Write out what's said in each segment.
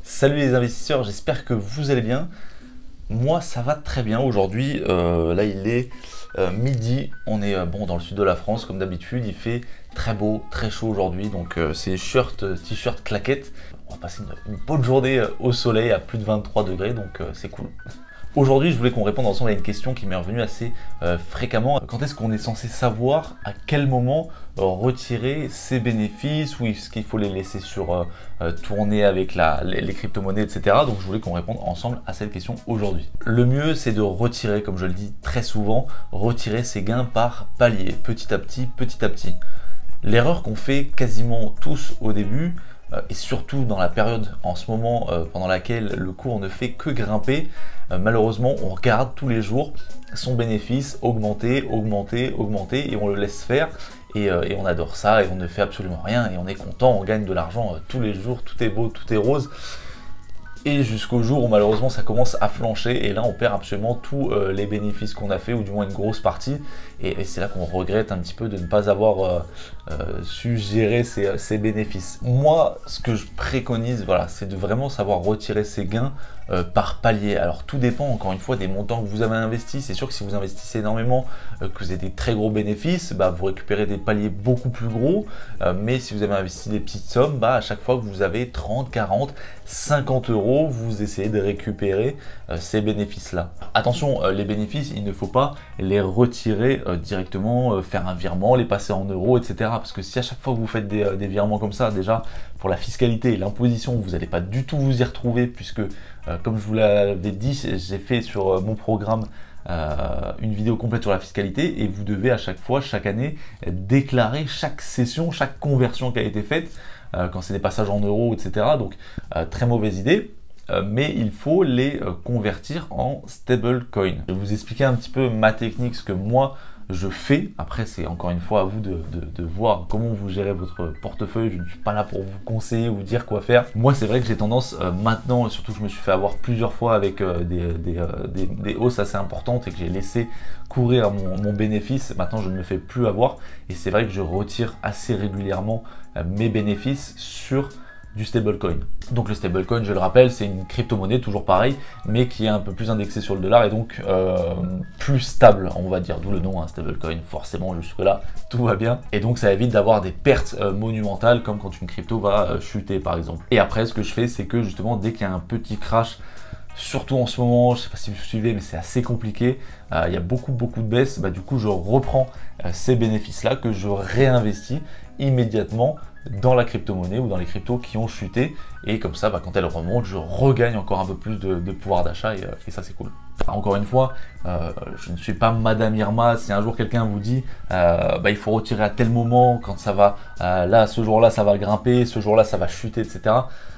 Salut les investisseurs, j'espère que vous allez bien. Moi ça va très bien aujourd'hui, là il est midi, on est bon dans le sud de la France comme d'habitude, il fait très beau, très chaud aujourd'hui, donc c'est shirt, t-shirt, claquette. On va passer une bonne journée au soleil à plus de 23 degrés, donc c'est cool. Aujourd'hui, je voulais qu'on réponde ensemble à une question qui m'est revenue assez fréquemment. Quand est-ce qu'on est censé savoir à quel moment retirer ses bénéfices ou est-ce qu'il faut les laisser tourner avec les crypto-monnaies, etc. Donc, je voulais qu'on réponde ensemble à cette question aujourd'hui. Le mieux, c'est de retirer, comme je le dis très souvent, retirer ses gains par palier, petit à petit, petit à petit. L'erreur qu'on fait quasiment tous au début, et surtout dans la période en ce moment pendant laquelle le cours ne fait que grimper, malheureusement on regarde tous les jours son bénéfice augmenter, augmenter, augmenter et on le laisse faire et on adore ça et on ne fait absolument rien et on est content, on gagne de l'argent tous les jours, tout est beau, tout est rose. Et jusqu'au jour où malheureusement ça commence à flancher et là on perd absolument tous les bénéfices qu'on a fait ou du moins une grosse partie et c'est là qu'on regrette un petit peu de ne pas avoir su gérer ses bénéfices. Moi ce que je préconise voilà, c'est de vraiment savoir retirer ses gains par palier. Alors tout dépend encore une fois des montants que vous avez investis. C'est sûr que si vous investissez énormément, que vous avez des très gros bénéfices, bah, vous récupérez des paliers beaucoup plus gros. Mais si vous avez investi des petites sommes, bah, à chaque fois que vous avez 30, 40, 50 euros, vous essayez de récupérer ces bénéfices-là. Attention, les bénéfices, il ne faut pas les retirer directement, faire un virement, les passer en euros, etc. Parce que si à chaque fois que vous faites des virements comme ça, déjà pour la fiscalité et l'imposition, vous n'allez pas du tout vous y retrouver puisque comme je vous l'avais dit, j'ai fait sur mon programme une vidéo complète sur la fiscalité et vous devez à chaque fois, chaque année, déclarer chaque session, chaque conversion qui a été faite, quand c'est des passages en euros, etc. Donc, très mauvaise idée. Mais il faut les convertir en stablecoin. Je vais vous expliquer un petit peu ma technique, ce que moi je fais. Après, c'est encore une fois à vous de voir comment vous gérez votre portefeuille. Je ne suis pas là pour vous conseiller ou vous dire quoi faire. Moi, c'est vrai que j'ai tendance maintenant, surtout que je me suis fait avoir plusieurs fois avec des hausses assez importantes et que j'ai laissé courir mon bénéfice. Maintenant, je ne me fais plus avoir. Et c'est vrai que je retire assez régulièrement mes bénéfices sur du stablecoin. Donc le stablecoin, je le rappelle, c'est une crypto-monnaie, toujours pareil, mais qui est un peu plus indexée sur le dollar et donc plus stable, on va dire, d'où le nom, hein, stablecoin, forcément jusque-là, tout va bien. Et donc ça évite d'avoir des pertes monumentales, comme quand une crypto va chuter par exemple. Et après, ce que je fais, c'est que justement, dès qu'il y a un petit crash, surtout en ce moment, je ne sais pas si vous suivez, mais c'est assez compliqué. Il y a beaucoup de baisses. Bah, du coup, je reprends ces bénéfices-là que je réinvestis immédiatement dans la crypto-monnaie ou dans les cryptos qui ont chuté. Et comme ça, bah, quand elles remontent, je regagne encore un peu plus de pouvoir d'achat et ça, c'est cool. Enfin, encore une fois, je ne suis pas Madame Irma. Si un jour quelqu'un vous dit bah, il faut retirer à tel moment, quand ça va, là, ce jour-là, ça va grimper, ce jour-là, ça va chuter, etc.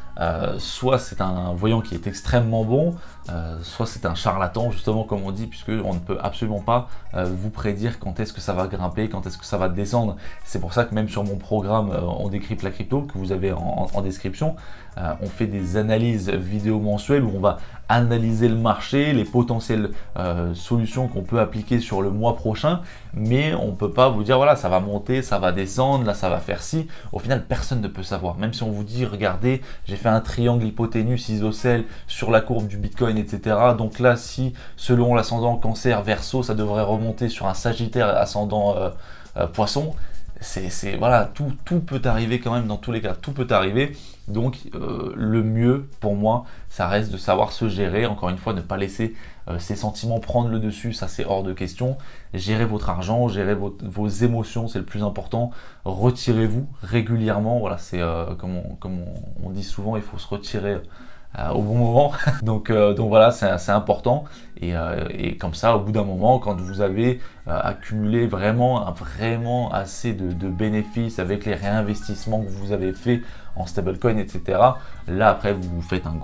Soit c'est un voyant qui est extrêmement bon, soit c'est un charlatan justement comme on dit, puisque on ne peut absolument pas vous prédire quand est-ce que ça va grimper, quand est-ce que ça va descendre. C'est pour ça que même sur mon programme On décrypte la crypto que vous avez en description, on fait des analyses vidéo mensuelles où on va analyser le marché, les potentielles solutions qu'on peut appliquer sur le mois prochain, mais on ne peut pas vous dire voilà ça va monter, ça va descendre, là ça va faire ci. Au final personne ne peut savoir, même si on vous dit regardez j'ai fait un triangle hypoténuse isocèle sur la courbe du Bitcoin, etc. Donc là si selon l'ascendant Cancer Verseau ça devrait remonter sur un Sagittaire ascendant Poisson, c'est voilà, tout peut arriver quand même, dans tous les cas, tout peut arriver. Donc le mieux pour moi, ça reste de savoir se gérer. Encore une fois, ne pas laisser ses sentiments prendre le dessus, ça c'est hors de question. Gérez votre argent, gérez vos émotions, c'est le plus important. Retirez-vous régulièrement. Voilà, c'est comme on dit souvent, il faut se retirer au bon moment. donc voilà, c'est important. Et comme ça, au bout d'un moment, quand vous avez accumulé vraiment assez de bénéfices avec les réinvestissements que vous avez fait en stablecoin, etc. Là, après, vous faites un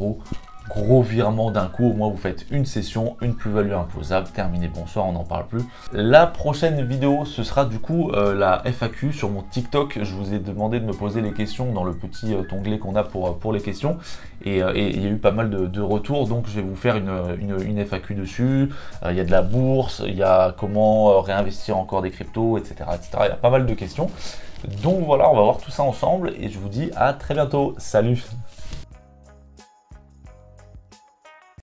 gros virement d'un coup. Au moins vous faites une session, une plus-value imposable, terminé, bonsoir, on n'en parle plus. La prochaine vidéo, ce sera du coup la FAQ sur mon TikTok. Je vous ai demandé de me poser les questions dans le petit onglet qu'on a pour les questions et il y a eu pas mal de retours, donc je vais vous faire une FAQ dessus. Il y a de la bourse, il y a comment réinvestir encore des cryptos, etc., etc. Il y a pas mal de questions. Donc voilà, on va voir tout ça ensemble et je vous dis à très bientôt. Salut!